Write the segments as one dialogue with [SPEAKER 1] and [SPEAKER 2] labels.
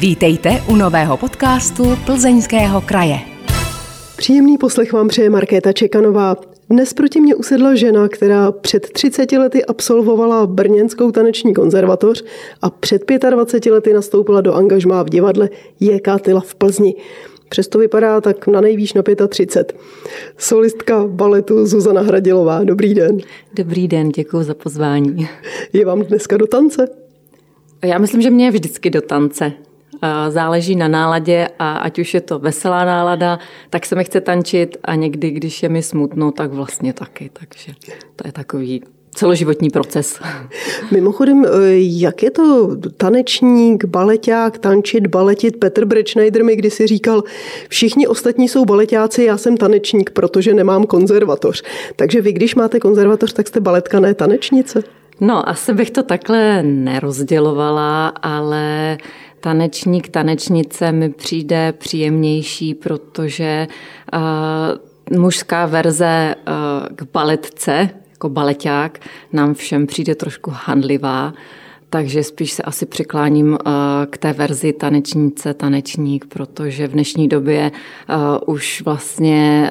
[SPEAKER 1] Vítejte u nového podcastu Plzeňského kraje.
[SPEAKER 2] Příjemný poslech vám přeje Markéta Čekanová. Dnes proti mě usedla žena, která před 30 lety absolvovala brněnskou taneční konzervatoř a před 25 lety nastoupila do angažmá v divadle J.K. Tyla v Plzni. Přesto vypadá tak na nejvýš na 35. Solistka baletu Zuzana Hradilová. Dobrý den.
[SPEAKER 3] Dobrý den, děkuji za pozvání.
[SPEAKER 2] Je vám dneska do tance?
[SPEAKER 3] Já myslím, že mě je vždycky do tance. Záleží na náladě a ať už je to veselá nálada, tak se mi chce tančit a někdy, když je mi smutno, tak vlastně taky. Takže to je takový celoživotní proces.
[SPEAKER 2] Mimochodem, jak je to tanečník, baleťák, tančit, baletit? Petr Brečnajder mi kdysi říkal, všichni ostatní jsou baleťáci, já jsem tanečník, protože nemám konzervatoř. Takže vy, když máte konzervatoř, tak jste baletka, ne tanečnice?
[SPEAKER 3] No, asi bych to takhle nerozdělovala, ale tanečník, tanečnice mi přijde příjemnější, protože mužská verze k baletce, jako baleťák, nám všem přijde trošku handlivá, takže spíš se asi přikláním k té verzi tanečnice, tanečník, protože v dnešní době už vlastně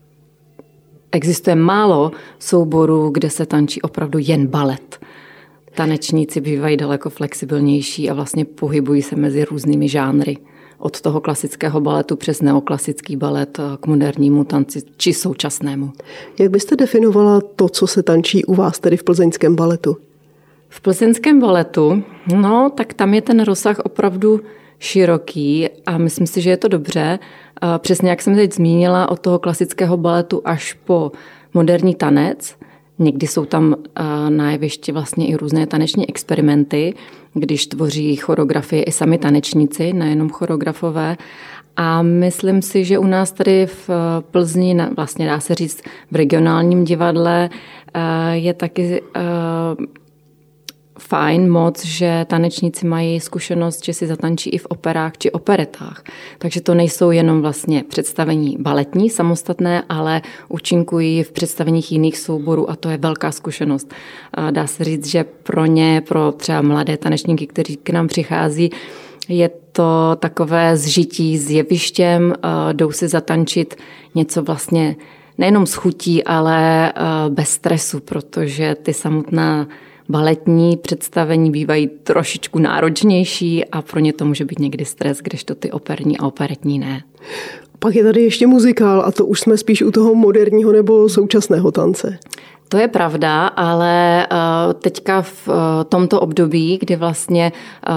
[SPEAKER 3] existuje málo souborů, kde se tančí opravdu jen balet. Tanečníci bývají daleko flexibilnější a vlastně pohybují se mezi různými žánry. Od toho klasického baletu přes neoklasický balet k modernímu tanci či současnému.
[SPEAKER 2] Jak byste definovala to, co se tančí u vás tedy v plzeňském baletu?
[SPEAKER 3] V plzeňském baletu, no, tak tam je ten rozsah opravdu široký a myslím si, že je to dobře. Přesně jak jsem teď zmínila, od toho klasického baletu až po moderní tanec. Někdy jsou tam na jevišti vlastně i různé taneční experimenty, když tvoří choreografie i sami tanečníci, nejenom choreografové. A myslím si, že u nás tady v Plzni, vlastně dá se říct v regionálním divadle, je taky fajn moc, že tanečníci mají zkušenost, že si zatančí i v operách či operetách. Takže to nejsou jenom vlastně představení baletní, samostatné, ale účinkují v představeních jiných souborů a to je velká zkušenost. Dá se říct, že pro ně, pro třeba mladé tanečníky, kteří k nám přichází, je to takové zžití s jevištěm, jdou si zatančit něco vlastně nejenom s chutí, ale bez stresu, protože ty samotná baletní představení bývají trošičku náročnější a pro ně to může být někdy stres, kdežto ty operní a operetní ne.
[SPEAKER 2] Pak je tady ještě muzikál a to už jsme spíš u toho moderního nebo současného tance.
[SPEAKER 3] To je pravda, ale teďka v tomto období, kdy vlastně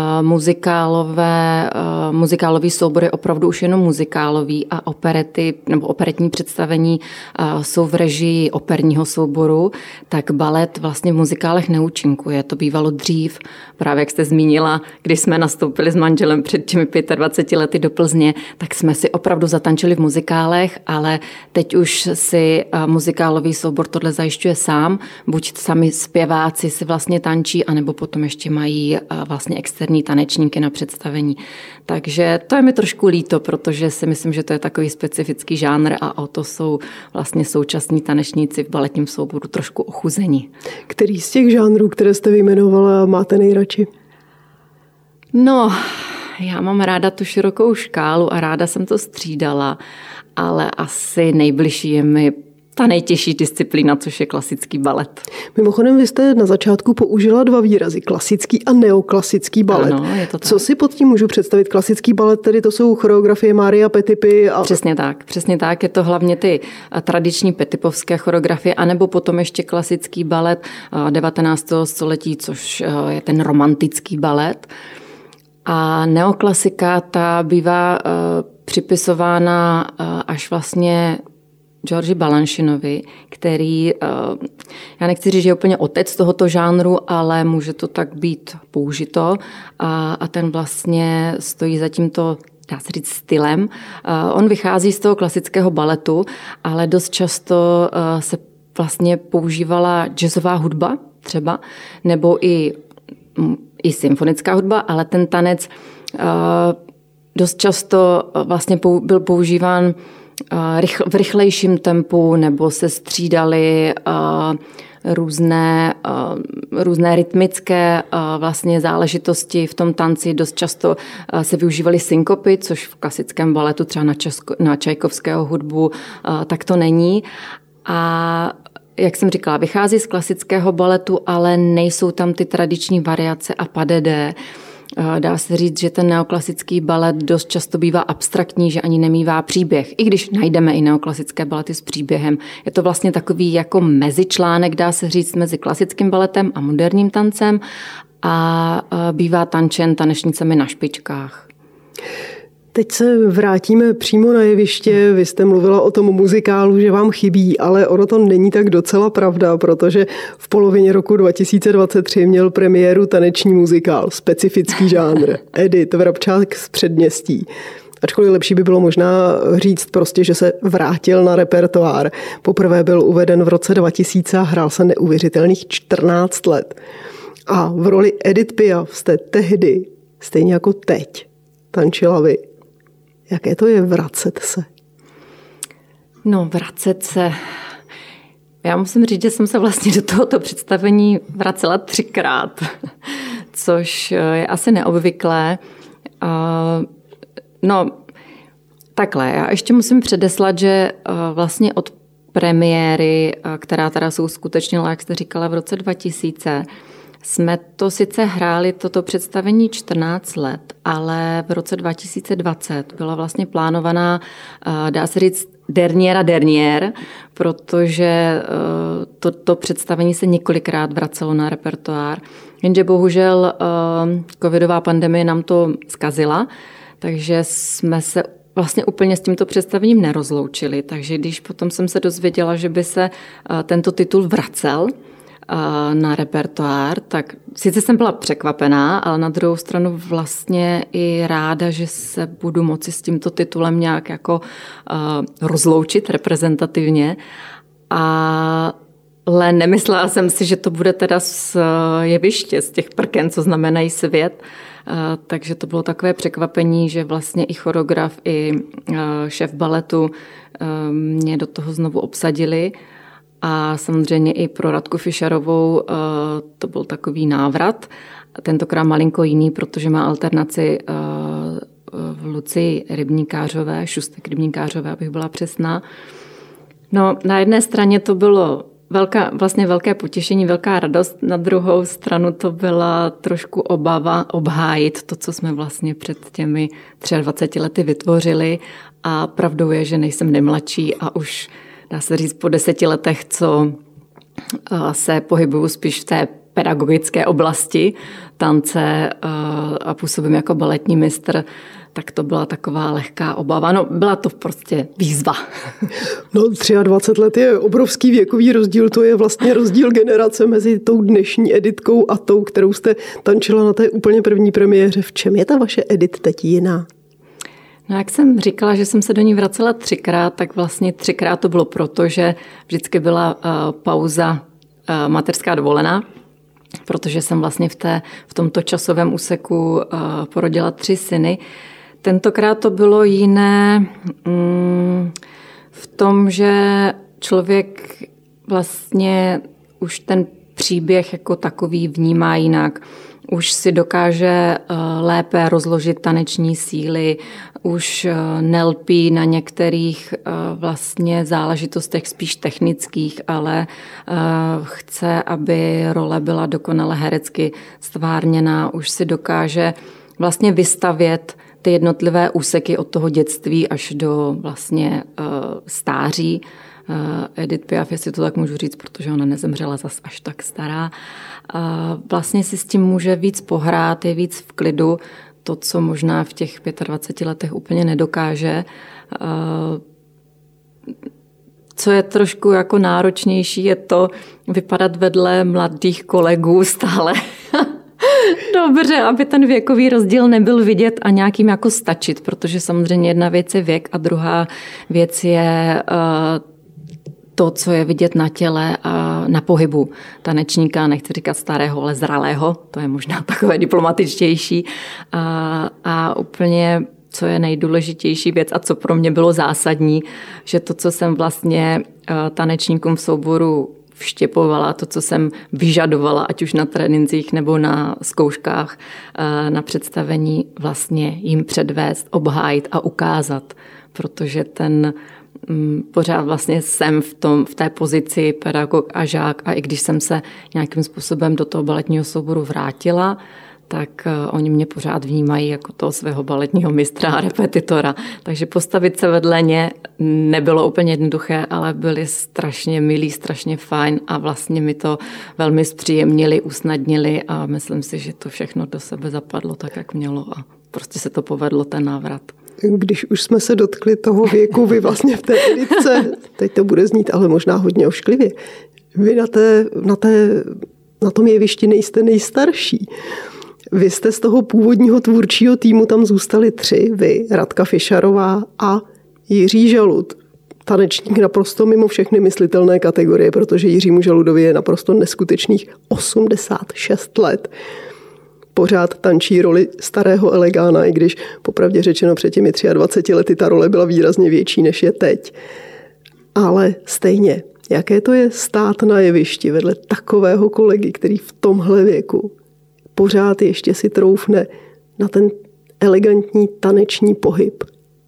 [SPEAKER 3] muzikálový soubor je opravdu už jenom muzikálový a operety nebo operetní představení jsou v režii operního souboru, tak balet vlastně v muzikálech neúčinkuje. To bývalo dřív, právě jak jste zmínila, když jsme nastoupili s manželem před těmi 25 lety do Plzně, tak jsme si opravdu zatančili v muzikálech, ale teď už si muzikálový soubor tohle zajišťuje sám, buď sami zpěváci si vlastně tančí, anebo potom ještě mají vlastně externí tanečníky na představení. Takže to je mi trošku líto, protože si myslím, že to je takový specifický žánr a o to jsou vlastně současní tanečníci v baletním souboru trošku ochuzení.
[SPEAKER 2] Který z těch žánrů, které jste vyjmenovala, máte nejradši?
[SPEAKER 3] No, já mám ráda tu širokou škálu a ráda jsem to střídala, ale asi nejbližší je mi ta nejtěžší disciplína, což je klasický balet.
[SPEAKER 2] Mimochodem, vy jste na začátku použila dva výrazy, klasický a neoklasický balet.
[SPEAKER 3] Ano, je to tak.
[SPEAKER 2] Co si pod tím můžu představit? Klasický balet, tedy to jsou choreografie Mária Petipy.
[SPEAKER 3] Přesně tak. Je to hlavně ty tradiční petipovské choreografie, anebo potom ještě klasický balet 19. století, což je ten romantický balet. A neoklasika, ta bývá připisována až vlastně Georgi Balanchinovi, který, já nechci říct, že je úplně otec tohoto žánru, ale může to tak být použito a ten vlastně stojí za tímto, dá se říct, stylem. On vychází z toho klasického baletu, ale dost často se vlastně používala jazzová hudba třeba, nebo i symfonická hudba, ale ten tanec dost často vlastně byl používán v rychlejším tempu, nebo se střídaly různé rytmické vlastně záležitosti v tom tanci. Dost často se využívaly synkopy, což v klasickém baletu třeba na Čajkovského hudbu tak to není. A jak jsem říkala, vychází z klasického baletu, ale nejsou tam ty tradiční variace a pas de deux. Dá se říct, že ten neoklasický balet dost často bývá abstraktní, že ani nemívá příběh. I když najdeme i neoklasické balety s příběhem. Je to vlastně takový jako mezičlánek, dá se říct, mezi klasickým baletem a moderním tancem a bývá tančen tanečnicemi na špičkách.
[SPEAKER 2] Teď se vrátíme přímo na jeviště. Vy jste mluvila o tom muzikálu, že vám chybí, ale ono to není tak docela pravda, protože v polovině roku 2023 měl premiéru taneční muzikál, specifický žánr, Edith, Vrabčák z předměstí. Ačkoliv lepší by bylo možná říct prostě, že se vrátil na repertoár. Poprvé byl uveden v roce 2000 a hrál se neuvěřitelných 14 let. A v roli Edith Piaf jste tehdy, stejně jako teď, tančila vy. Jaké to je vracet se?
[SPEAKER 3] No, vracet se. Já musím říct, že jsem se vlastně do tohoto představení vracela 3krát, což je asi neobvyklé. No, takhle. Já ještě musím předeslat, že vlastně od premiéry, která teda se uskutečnila, jak jste říkala, v roce 2000, jsme to sice hráli toto představení 14 let, ale v roce 2020 byla vlastně plánovaná, dá se říct, dernière, protože toto představení se několikrát vracelo na repertoár. Jenže bohužel covidová pandemie nám to zkazila, takže jsme se vlastně úplně s tímto představením nerozloučili. Takže když potom jsem se dozvěděla, že by se tento titul vracel na repertoár, tak sice jsem byla překvapená, ale na druhou stranu vlastně i ráda, že se budu moci s tímto titulem nějak jako rozloučit reprezentativně. Ale nemyslela jsem si, že to bude teda z jeviště, z těch prken, co znamenají svět. Takže to bylo takové překvapení, že vlastně i choreograf, i šéf baletu mě do toho znovu obsadili. A samozřejmě i pro Radku Fischerovou to byl takový návrat. Tentokrát malinko jiný, protože má alternaci v Lucii Rybníkářové, Šustek Rybníkářové, abych byla přesná. No, na jedné straně to bylo vlastně velké potěšení, velká radost. Na druhou stranu to byla trošku obava obhájit to, co jsme vlastně před těmi 23 lety vytvořili. A pravdou je, že nejsem nejmladší a už dá se říct po 10 letech, co se pohybuju spíš v té pedagogické oblasti tance a působím jako baletní mistr, tak to byla taková lehká obava. No, byla to prostě výzva.
[SPEAKER 2] No, 23 let je obrovský věkový rozdíl, to je vlastně rozdíl generace mezi tou dnešní Editkou a tou, kterou jste tančila na té úplně první premiéře. V čem je ta vaše Edith teď jiná?
[SPEAKER 3] No, jak jsem říkala, že jsem se do ní vracela 3krát, tak vlastně 3krát to bylo proto, že vždycky byla pauza mateřská dovolená, protože jsem vlastně v tomto časovém úseku porodila 3 syny. Tentokrát to bylo jiné v tom, že člověk vlastně už ten příběh jako takový vnímá jinak. Už si dokáže lépe rozložit taneční síly, už nelpí na některých vlastně záležitostech spíš technických, ale chce, aby role byla dokonale herecky stvárněná, už si dokáže vlastně vystavět ty jednotlivé úseky od toho dětství až do vlastně stáří. Edith Piaf, jestli to tak můžu říct, protože ona nezemřela zas až tak stará. Vlastně si s tím může víc pohrát, je víc v klidu, to, co možná v těch 25 letech úplně nedokáže. Co je trošku jako náročnější, je to vypadat vedle mladých kolegů stále. Dobře, aby ten věkový rozdíl nebyl vidět a nějakým jako stačit, protože samozřejmě jedna věc je věk a druhá věc je to, co je vidět na těle a na pohybu tanečníka, nechci říkat starého, ale zralého, to je možná takové diplomatičtější. A úplně co je nejdůležitější věc a co pro mě bylo zásadní, že to, co jsem vlastně tanečníkům v souboru vštěpovala, to, co jsem vyžadovala, ať už na trénincích nebo na zkouškách, na představení, vlastně jim předvést, obhájit a ukázat, protože pořád vlastně jsem v té pozici pedagog a žák a i když jsem se nějakým způsobem do toho baletního souboru vrátila, tak oni mě pořád vnímají jako toho svého baletního mistra a repetitora. Takže postavit se vedle ně nebylo úplně jednoduché, ale byli strašně milí, strašně fajn a vlastně mi to velmi zpříjemnili, usnadnili a myslím si, že to všechno do sebe zapadlo tak, jak mělo a prostě se to povedlo, ten návrat.
[SPEAKER 2] Když už jsme se dotkli toho věku, vy vlastně v té editce, teď to bude znít ale možná hodně ošklivě, vy na tom jevišti nejste nejstarší. Vy jste z toho původního tvůrčího týmu tam zůstali 3, vy, Radka Fišarová a Jiří Žalud. Tanečník naprosto mimo všechny myslitelné kategorie, protože Jiřímu Žaludovi je naprosto neskutečných 86 let. Pořád tančí roli starého elegána, i když popravdě řečeno před těmi 23 lety ta role byla výrazně větší, než je teď. Ale stejně, jaké to je stát na jevišti vedle takového kolegy, který v tomhle věku pořád ještě si troufne na ten elegantní taneční pohyb.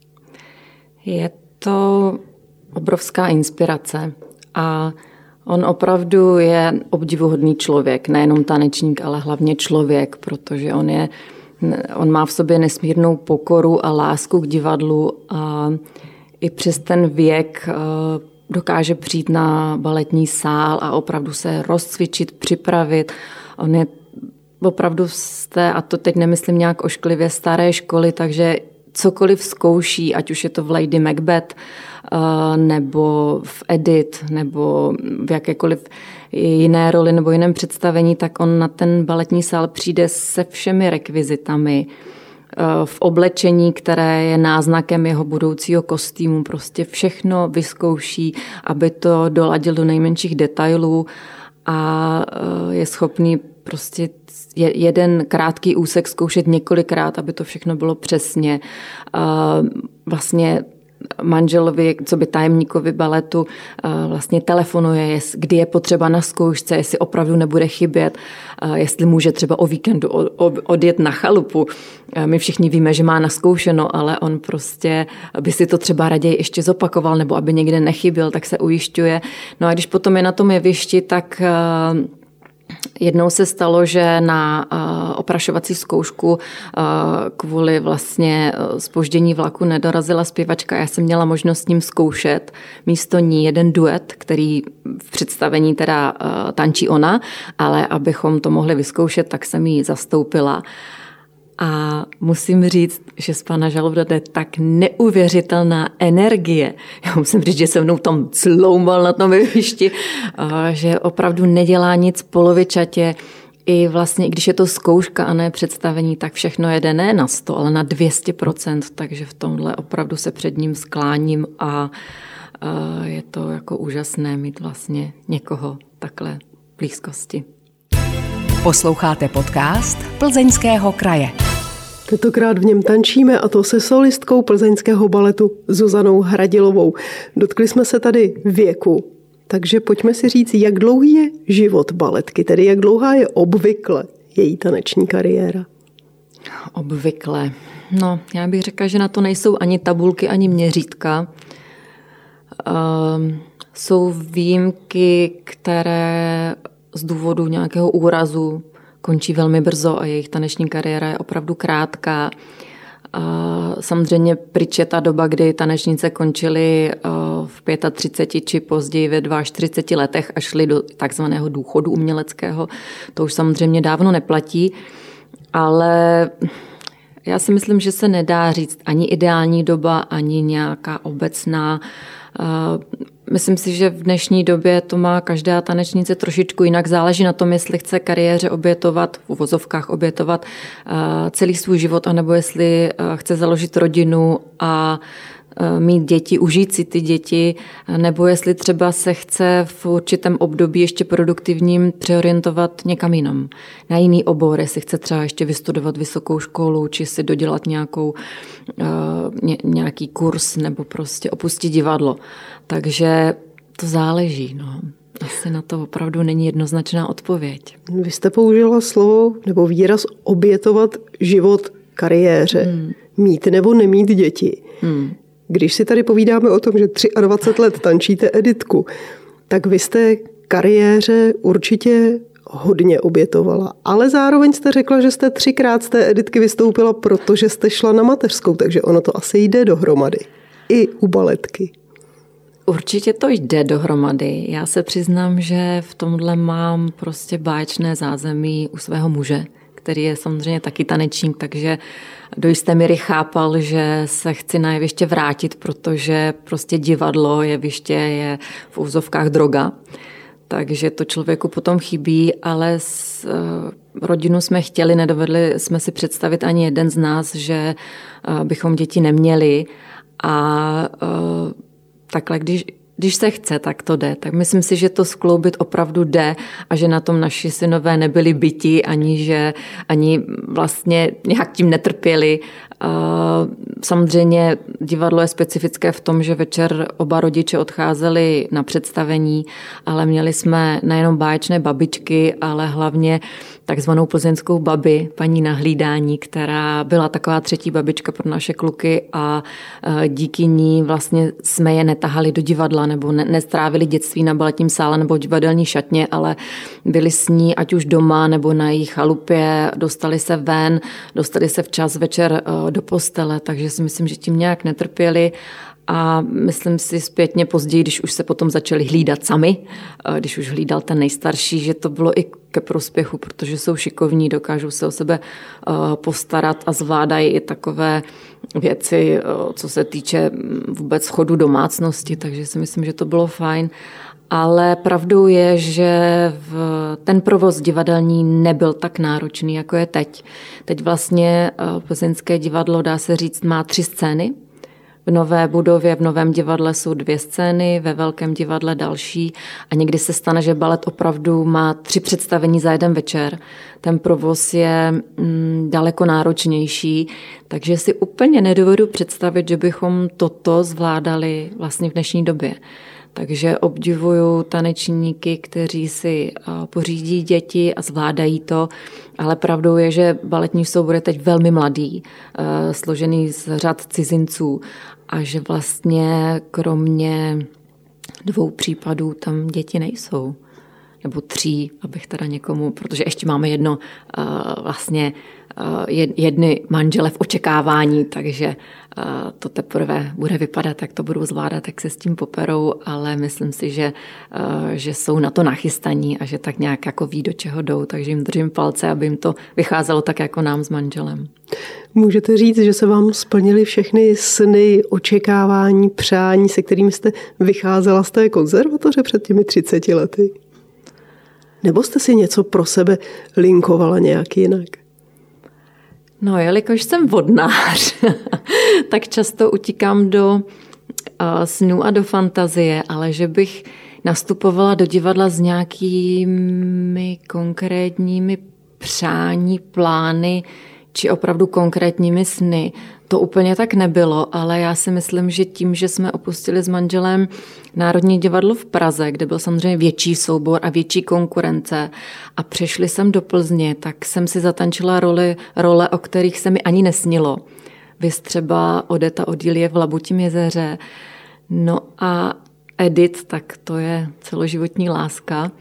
[SPEAKER 3] Je to obrovská inspirace a on opravdu je obdivuhodný člověk, nejenom tanečník, ale hlavně člověk, protože on má v sobě nesmírnou pokoru a lásku k divadlu a i přes ten věk dokáže přijít na baletní sál a opravdu se rozcvičit, připravit. On je opravdu a to teď nemyslím nějak ošklivě, staré školy, takže cokoliv zkouší, ať už je to v Lady Macbeth, nebo v Edith, nebo v jakékoliv jiné roli nebo jiném představení, tak on na ten baletní sál přijde se všemi rekvizitami, v oblečení, které je náznakem jeho budoucího kostýmu. Prostě všechno vyzkouší, aby to doladil do nejmenších detailů a je schopný prostě jeden krátký úsek zkoušet několikrát, aby to všechno bylo přesně. Vlastně manželovi, co by tajemníkovi baletu, vlastně telefonuje, kdy je potřeba na zkoušce, jestli opravdu nebude chybět, jestli může třeba o víkendu odjet na chalupu. My všichni víme, že má naskoušeno, ale on prostě by si to třeba raději ještě zopakoval, nebo aby někde nechyběl, tak se ujišťuje. No a když potom je na tom jevišti, tak jednou se stalo, že na oprašovací zkoušku kvůli vlastně zpoždění vlaku nedorazila zpěvačka. Já jsem měla možnost s ním zkoušet místo ní jeden duet, který v představení teda tančí ona, ale abychom to mohli vyzkoušet, tak jsem ji zastoupila. A musím říct, že z pana Žaluda jde tak neuvěřitelná energie. Já musím říct, že se mnou tam cloumal na tom jevišti, že opravdu nedělá nic polovičatě. I vlastně, když je to zkouška a ne představení, tak všechno jede ne na 100, ale na 200%. Takže v tomhle opravdu se před ním skláním a je to jako úžasné mít vlastně někoho takhle v blízkosti.
[SPEAKER 1] Posloucháte podcast Plzeňského kraje.
[SPEAKER 2] Tentokrát v něm tančíme, a to se solistkou plzeňského baletu Zuzanou Hradilovou. Dotkli jsme se tady věku, takže pojďme si říct, jak dlouhý je život baletky, tedy jak dlouhá je obvykle její taneční kariéra.
[SPEAKER 3] Obvykle. No, já bych řekla, že na to nejsou ani tabulky, ani měřítka. Jsou výjimky, které z důvodu nějakého úrazu končí velmi brzo a jejich taneční kariéra je opravdu krátká. Samozřejmě pryč je ta doba, kdy tanečnice končily v 35 či později ve 42 letech a šly do takzvaného důchodu uměleckého. To už samozřejmě dávno neplatí, ale já si myslím, že se nedá říct ani ideální doba, ani nějaká obecná. Myslím si, že v dnešní době to má každá tanečnice trošičku jinak. Záleží na tom, jestli chce kariéře obětovat, v uvozovkách obětovat celý svůj život, anebo jestli chce založit rodinu a mít děti, užít si ty děti, nebo jestli třeba se chce v určitém období ještě produktivním přeorientovat někam jinam, na jiný obor, jestli chce třeba ještě vystudovat vysokou školu, či si dodělat nějaký kurz, nebo prostě opustit divadlo. Takže to záleží, no. Asi na to opravdu není jednoznačná odpověď.
[SPEAKER 2] Vy jste použila slovo nebo výraz obětovat život kariéře. Mít nebo nemít děti. Když si tady povídáme o tom, že 23 let tančíte Editku, tak vy jste kariéře určitě hodně obětovala. Ale zároveň jste řekla, že jste 3krát z té Editky vystoupila, protože jste šla na mateřskou, takže ono to asi jde dohromady. I u baletky.
[SPEAKER 3] Určitě to jde dohromady. Já se přiznám, že v tomhle mám prostě báječné zázemí u svého muže, který je samozřejmě taky tanečník, takže do jisté míry chápal, že se chci na jeviště vrátit, protože prostě divadlo, jeviště je v úzovkách droga. Takže to člověku potom chybí, ale rodinu jsme chtěli, nedovedli jsme si představit ani jeden z nás, že bychom děti neměli. A takhle, když se chce, tak to jde. Tak myslím si, že to skloubit opravdu jde a že na tom naši synové nebyli byti, ani vlastně nějak tím netrpěli. Samozřejmě divadlo je specifické v tom, že večer oba rodiče odcházeli na představení, ale měli jsme nejenom báječné babičky, ale hlavně takzvanou plzeňskou babi, paní na hlídání, která byla taková třetí babička pro naše kluky a díky ní vlastně jsme je netahali do divadla nebo nestrávili dětství na baletním sále nebo v divadelní šatně, ale byli s ní ať už doma nebo na jejich chalupě, dostali se ven, dostali se včas večer do postele, takže si myslím, že tím nějak netrpěli. A myslím si zpětně později, když už se potom začali hlídat sami, když už hlídal ten nejstarší, že to bylo i ke prospěchu, protože jsou šikovní, dokážou se o sebe postarat a zvládají i takové věci, co se týče vůbec chodu domácnosti, takže si myslím, že to bylo fajn. Ale pravdou je, že ten provoz divadelní nebyl tak náročný, jako je teď. Teď vlastně plzeňské divadlo, dá se říct, má 3 scény. V nové budově, v novém divadle jsou 2 scény, ve velkém divadle další a někdy se stane, že balet opravdu má 3 představení za jeden večer. Ten provoz je daleko náročnější, takže si úplně nedovedu představit, že bychom toto zvládali vlastně v dnešní době. Takže obdivuju tanečníky, kteří si pořídí děti a zvládají to, ale pravdou je, že baletní soubor je teď velmi mladý, složený z řad cizinců a že vlastně kromě 2 případů tam děti nejsou. Nebo 3, abych teda někomu, protože ještě máme jedny manžele v očekávání, takže to teprve bude vypadat, jak to budou zvládat, jak se s tím poperou, ale myslím si, že jsou na to nachystaní a že tak nějak jako ví, do čeho jdou, takže jim držím palce, aby jim to vycházelo tak jako nám s manželem.
[SPEAKER 2] Můžete říct, že se vám splnily všechny sny, očekávání, přání, se kterými jste vycházela z té konzervatoře před těmi 30 lety? Nebo jste si něco pro sebe linkovala nějak jinak?
[SPEAKER 3] No, jelikož jsem vodnář, tak často utíkám do snů a do fantazie, ale že bych nastupovala do divadla s nějakými konkrétními přání, plány, či opravdu konkrétními sny. To úplně tak nebylo, ale já si myslím, že tím, že jsme opustili s manželem Národní divadlo v Praze, kde byl samozřejmě větší soubor a větší konkurence a přešli jsem do Plzně, tak jsem si zatančila role, o kterých se mi ani nesnilo. Viz třeba Odeta Odílie v Labutím jezeře. No a Edit, tak to je celoživotní láska.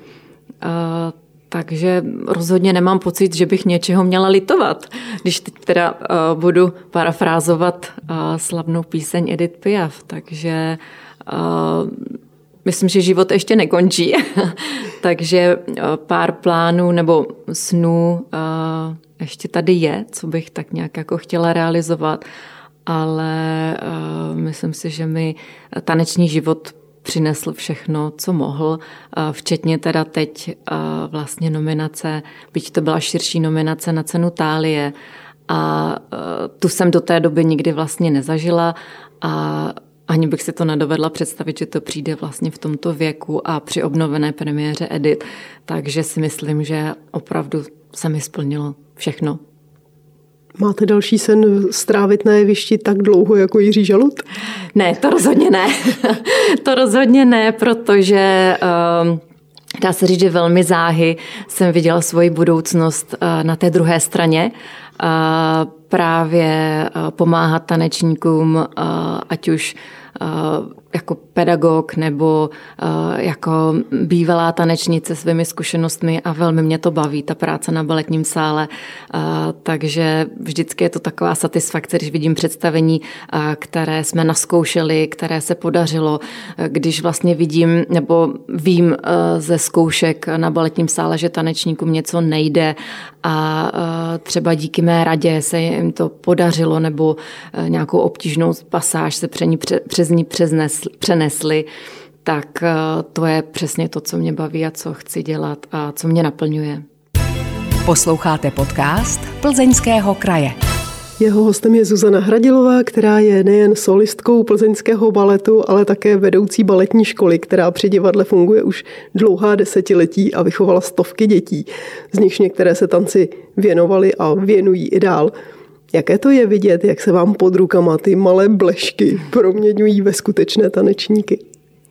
[SPEAKER 3] Takže rozhodně nemám pocit, že bych něčeho měla litovat. Když teď teda budu parafrázovat slavnou píseň Edith Piaf, takže myslím, že život ještě nekončí. Takže pár plánů nebo snů ještě tady je, co bych tak nějak jako chtěla realizovat, ale myslím si, že mi taneční život přinesl všechno, co mohl, včetně teda teď vlastně nominace, byť to byla širší nominace na cenu Thálie, a tu jsem do té doby nikdy vlastně nezažila a ani bych si to nedovedla představit, že to přijde vlastně v tomto věku a při obnovené premiéře Edit. Takže si myslím, že opravdu se mi splnilo všechno.
[SPEAKER 2] Máte další sen strávit na jevišti tak dlouho jako Jiří Žalud?
[SPEAKER 3] Ne, to rozhodně ne. To rozhodně ne, protože dá se říct, že velmi záhy jsem viděla svoji budoucnost na té druhé straně. Právě pomáhat tanečníkům, ať už jako pedagog nebo jako bývalá tanečnice svými zkušenostmi a velmi mě to baví, ta práce na baletním sále. Takže vždycky je to taková satisfakce, když vidím představení, které jsme nazkoušeli, které se podařilo, když vlastně vidím nebo vím ze zkoušek na baletním sále, že tanečníkům něco nejde a třeba díky mé radě se jim to podařilo nebo nějakou obtížnou pasáž se přes ní přenesli, tak to je přesně to, co mě baví a co chci dělat a co mě naplňuje.
[SPEAKER 1] Posloucháte podcast Plzeňského kraje.
[SPEAKER 2] Jeho hostem je Zuzana Hradilová, která je nejen solistkou plzeňského baletu, ale také vedoucí baletní školy, která při divadle funguje už dlouhá desetiletí a vychovala stovky dětí, z nichž některé se tanci věnovaly a věnují i dál. Jaké to je vidět, jak se vám pod rukama ty malé blešky proměňují ve skutečné tanečníky?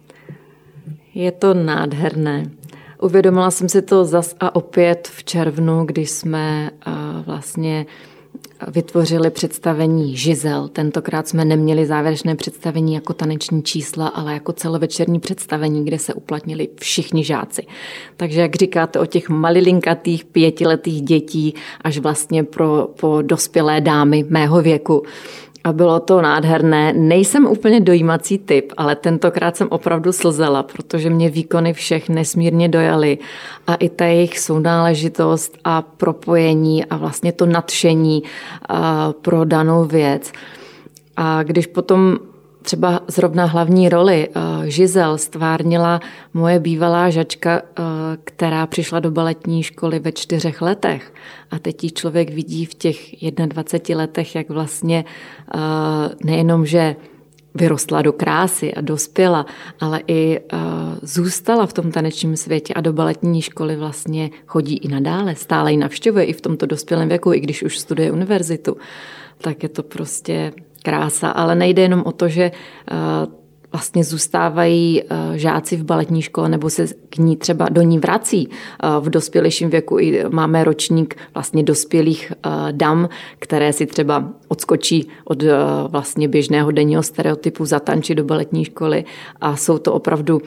[SPEAKER 3] Je to nádherné. Uvědomila jsem si to zas a opět v červnu, když jsme vlastně vytvořili představení Žizel. Tentokrát jsme neměli závěrečné představení jako taneční čísla, ale jako celovečerní představení, kde se uplatnili všichni žáci. Takže jak říkáte o těch malilinkatých 5letých dětí až vlastně po dospělé dámy mého věku. A bylo to nádherné. Nejsem úplně dojímací typ, ale tentokrát jsem opravdu slzela, protože mě výkony všech nesmírně dojaly. A i ta jejich sounáležitost a propojení a vlastně to nadšení pro danou věc. A když potom třeba zrovna hlavní roli Žizel stvárnila moje bývalá žačka, která přišla do baletní školy ve 4 letech. A teď ji člověk vidí v těch 21 letech, jak vlastně nejenom, že vyrostla do krásy a dospěla, ale i zůstala v tom tanečním světě a do baletní školy vlastně chodí i nadále, stále ji navštěvuje i v tomto dospělém věku, i když už studuje univerzitu. Tak je to prostě krása, ale nejde jenom o to, že vlastně zůstávají žáci v baletní škole nebo se k ní třeba do ní vrací v dospělejším věku. I máme ročník vlastně dospělých dam, které si třeba odskočí od vlastně běžného denního stereotypu zatančit do baletní školy a jsou to opravdu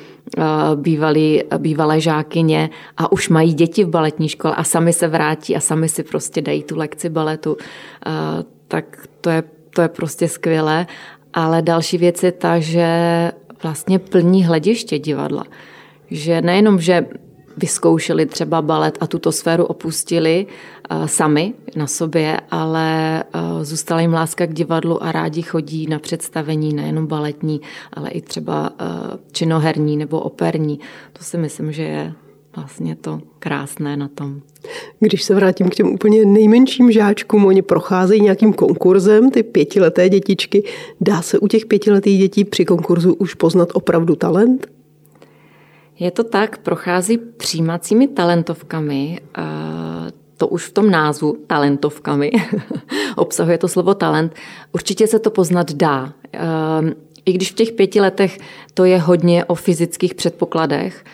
[SPEAKER 3] bývalé žákyně a už mají děti v baletní škole a sami se vrátí a sami si prostě dají tu lekci baletu. Tak to je prostě skvělé. Ale další věc je ta, že vlastně plní hlediště divadla. Že nejenom, že vyzkoušeli třeba balet a tuto sféru opustili sami na sobě, ale zůstala jim láska k divadlu a rádi chodí na představení nejenom baletní, ale i třeba činoherní nebo operní. To si myslím, že je vlastně to krásné na tom.
[SPEAKER 2] Když se vrátím k těm úplně nejmenším žáčkům, oni procházejí nějakým konkurzem, ty 5leté dětičky. Dá se u těch 5letých dětí při konkurzu už poznat opravdu talent?
[SPEAKER 3] Je to tak, prochází přijímacími talentovkami, to už v tom názvu talentovkami, obsahuje to slovo talent. Určitě se to poznat dá. I když v těch 5 letech to je hodně o fyzických předpokladech,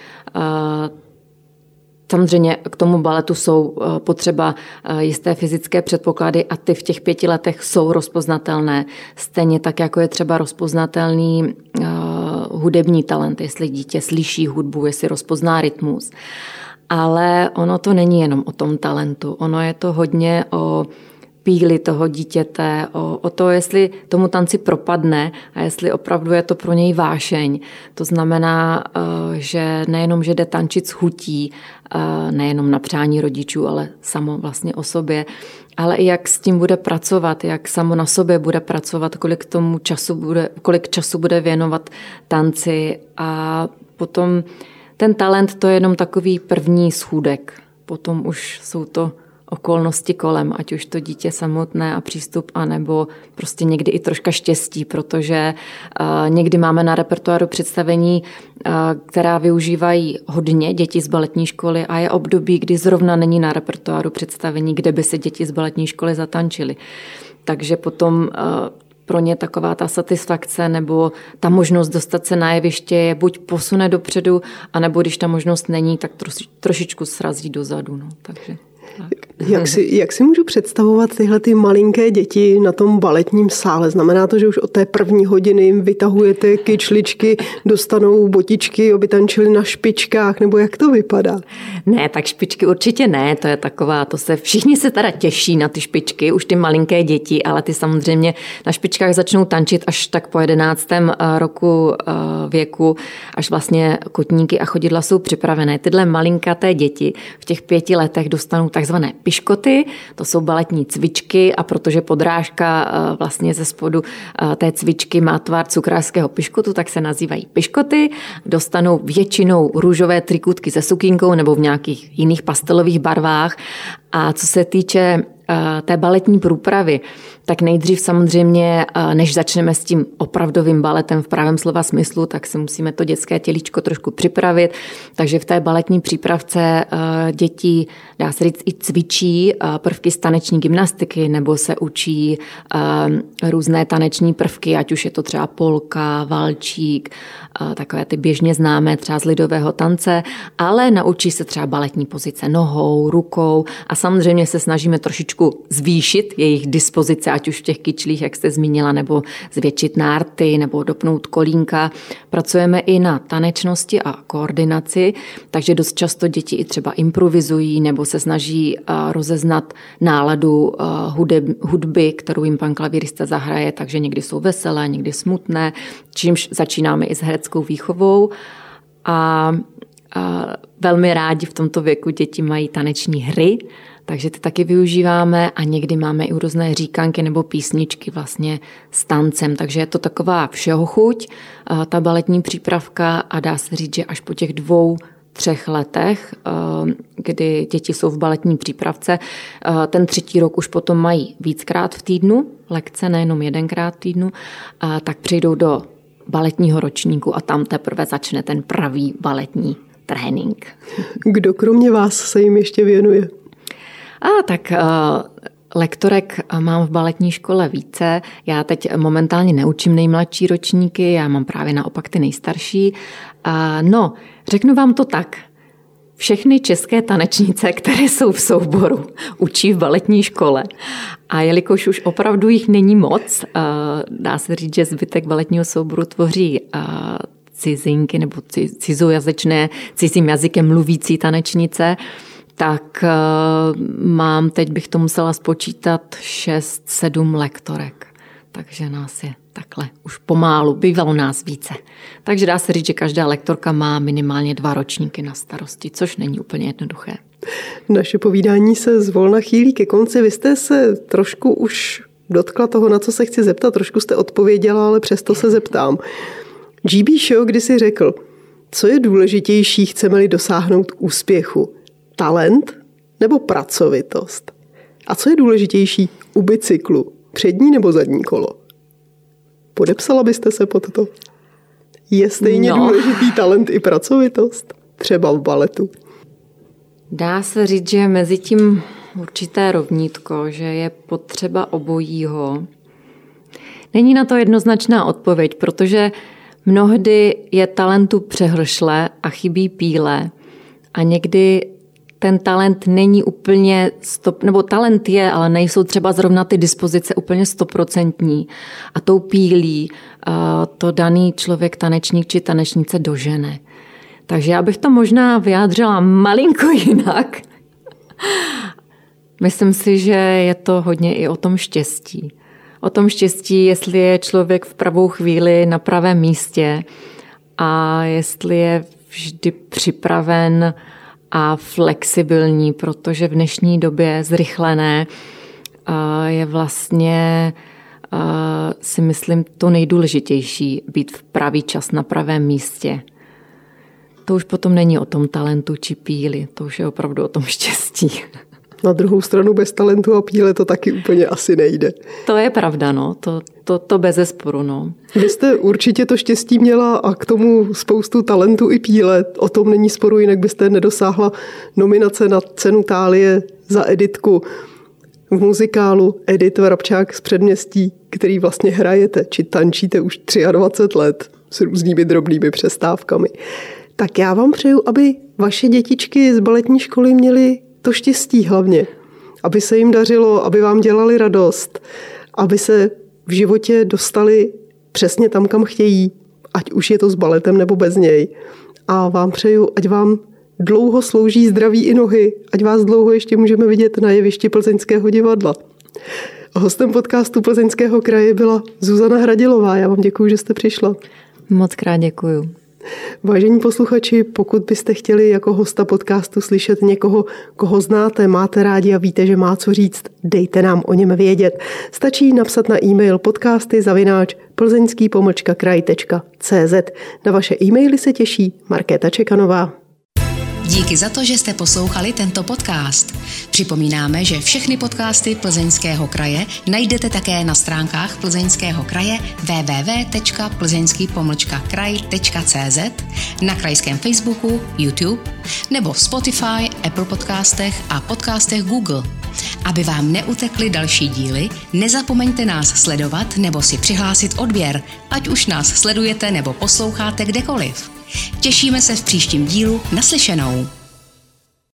[SPEAKER 3] samozřejmě k tomu baletu jsou potřeba jisté fyzické předpoklady a ty v těch 5 letech jsou rozpoznatelné. Stejně tak, jako je třeba rozpoznatelný hudební talent, jestli dítě slyší hudbu, jestli rozpozná rytmus. Ale ono to není jenom o tom talentu. Ono je to hodně o píli toho dítěte, o to, jestli tomu tanci propadne a jestli opravdu je to pro něj vášeň. To znamená, že nejenom, že jde tančit s chutí, nejenom na přání rodičů, ale samo vlastně o sobě, ale i jak s tím bude pracovat, jak samo na sobě bude pracovat, kolik času bude věnovat tanci a potom ten talent to je jenom takový první schůdek. Potom už jsou to okolnosti kolem, ať už to dítě samotné a přístup, anebo prostě někdy i troška štěstí, protože někdy máme na repertoáru představení, která využívají hodně děti z baletní školy a je období, kdy zrovna není na repertoáru představení, kde by se děti z baletní školy zatančily. Takže potom pro ně taková ta satisfakce nebo ta možnost dostat se na jeviště je buď posune dopředu, anebo když ta možnost není, tak trošičku srazí dozadu. No. Takže, tak.
[SPEAKER 2] Jak si můžu představovat tyhle ty malinké děti na tom baletním sále? Znamená to, že už od té první hodiny jim vytahujete kyčličky, dostanou botičky, aby tančili na špičkách, nebo jak to vypadá?
[SPEAKER 3] Ne, tak špičky určitě ne, to je taková, všichni se teda těší na ty špičky, už ty malinké děti, ale ty samozřejmě na špičkách začnou tančit až tak po 11. roku věku, až vlastně kotníky a chodidla jsou připravené. Tyhle malinkaté děti v těch 5 letech dostanou takzvané piškoty, to jsou baletní cvičky a protože podrážka vlastně ze spodu té cvičky má tvar cukrářského piškotu, tak se nazývají piškoty. Dostanou většinou růžové trikutky se sukínkou nebo v nějakých jiných pastelových barvách. A co se týče té baletní průpravy, tak nejdřív samozřejmě, než začneme s tím opravdovým baletem v pravém slova smyslu, tak se musíme to dětské tělíčko trošku připravit. Takže v té baletní přípravce děti, dá se říct, i cvičí prvky z taneční gymnastiky nebo se učí různé taneční prvky, ať už je to třeba polka, valčík, takové ty běžně známé třeba z lidového tance, ale naučí se třeba baletní pozice nohou, rukou a samozřejmě se snažíme trošičku zvýšit jejich dispozice, ať už v těch kyčlích, jak jste zmínila, nebo zvětšit nárty, nebo dopnout kolínka. Pracujeme i na tanečnosti a koordinaci, takže dost často děti i třeba improvizují nebo se snaží rozeznat náladu hudby, kterou jim pan klavírista zahraje, takže někdy jsou veselé, někdy smutné, čímž začínáme i s hereckou výchovou a velmi rádi v tomto věku děti mají taneční hry, takže ty taky využíváme a někdy máme i různé říkanky nebo písničky vlastně s tancem, takže je to taková všeho chuť, ta baletní přípravka a dá se říct, že až po těch 2-3 letech, kdy děti jsou v baletní přípravce, ten 3. rok už potom mají víckrát v týdnu lekce, nejenom 1krát v týdnu, tak přijdou do baletního ročníku a tam teprve začne ten pravý baletní trénink.
[SPEAKER 2] Kdo kromě vás se jim ještě věnuje?
[SPEAKER 3] Tak lektorek mám v baletní škole více. Já teď momentálně neučím nejmladší ročníky, já mám právě naopak ty nejstarší. No, řeknu vám to tak. Všechny české tanečnice, které jsou v souboru, učí v baletní škole. A jelikož už opravdu jich není moc, dá se říct, že zbytek baletního souboru tvoří cizinky nebo cizojazyčné, cizím jazykem mluvící tanečnice, tak mám, teď bych to musela spočítat 6-7 lektorek. Takže nás je takhle už pomálu, bývalo nás více. Takže dá se říct, že každá lektorka má minimálně 2 ročníky na starosti, což není úplně jednoduché.
[SPEAKER 2] Naše povídání se zvolna chýlí ke konci. Vy jste se trošku už dotkla toho, na co se chci zeptat. Trošku jste odpověděla, ale přesto se zeptám. G.B. Shaw kdysi řekl, co je důležitější, chceme-li dosáhnout úspěchu? Talent nebo pracovitost? A co je důležitější u bicyklu? Přední nebo zadní kolo? Podepsala byste se pod to? Je stejně důležitý talent i pracovitost? Třeba v baletu.
[SPEAKER 3] Dá se říct, že mezi tím určité rovnítko, že je potřeba obojího. Není na to jednoznačná odpověď, protože mnohdy je talentu přehršle a chybí píle a někdy ten talent není úplně nebo talent je, ale nejsou třeba zrovna ty dispozice úplně 100% a tou pílí to daný člověk, tanečník či tanečnice dožene. Takže já bych to možná vyjádřila malinko jinak. Myslím si, že je to hodně i o tom štěstí. O tom štěstí, jestli je člověk v pravou chvíli na pravém místě a jestli je vždy připraven a flexibilní, protože v dnešní době zrychlené je vlastně, si myslím, to nejdůležitější být v pravý čas na pravém místě. To už potom není o tom talentu či píli, to už je opravdu o tom štěstí.
[SPEAKER 2] Na druhou stranu bez talentu a píle to taky úplně asi nejde.
[SPEAKER 3] To je pravda, no. To bezesporu, no.
[SPEAKER 2] Vy jste určitě to štěstí měla a k tomu spoustu talentu i píle. O tom není sporu, jinak byste nedosáhla nominace na cenu Thálie za Editku v muzikálu Edit Vrabčák z Předměstí, který vlastně hrajete, či tančíte už 23 let s různými drobnými přestávkami. Tak já vám přeju, aby vaše dětičky z baletní školy měly to štěstí hlavně. Aby se jim dařilo, aby vám dělali radost, aby se v životě dostali přesně tam, kam chtějí, ať už je to s baletem nebo bez něj. A vám přeju, ať vám dlouho slouží zdraví i nohy, ať vás dlouho ještě můžeme vidět na jevišti Plzeňského divadla. Hostem podcastu Plzeňského kraje byla Zuzana Hradilová. Já vám děkuji, že jste přišla.
[SPEAKER 3] Moc krát děkuju.
[SPEAKER 2] Vážení posluchači, pokud byste chtěli jako hosta podcastu slyšet někoho, koho znáte, máte rádi a víte, že má co říct, dejte nám o něm vědět. Stačí napsat na e-mail podcasty@plzeňský-kraj.cz. Na vaše e-maily se těší Markéta Čekanová.
[SPEAKER 1] Díky za to, že jste poslouchali tento podcast. Připomínáme, že všechny podcasty Plzeňského kraje najdete také na stránkách Plzeňského kraje www.plzeňský-kraj.cz, na krajském Facebooku, YouTube nebo v Spotify, Apple podcastech a podcastech Google. Aby vám neutekly další díly, nezapomeňte nás sledovat nebo si přihlásit odběr, ať už nás sledujete nebo posloucháte kdekoliv. Těšíme se v příštím dílu. Naslyšenou.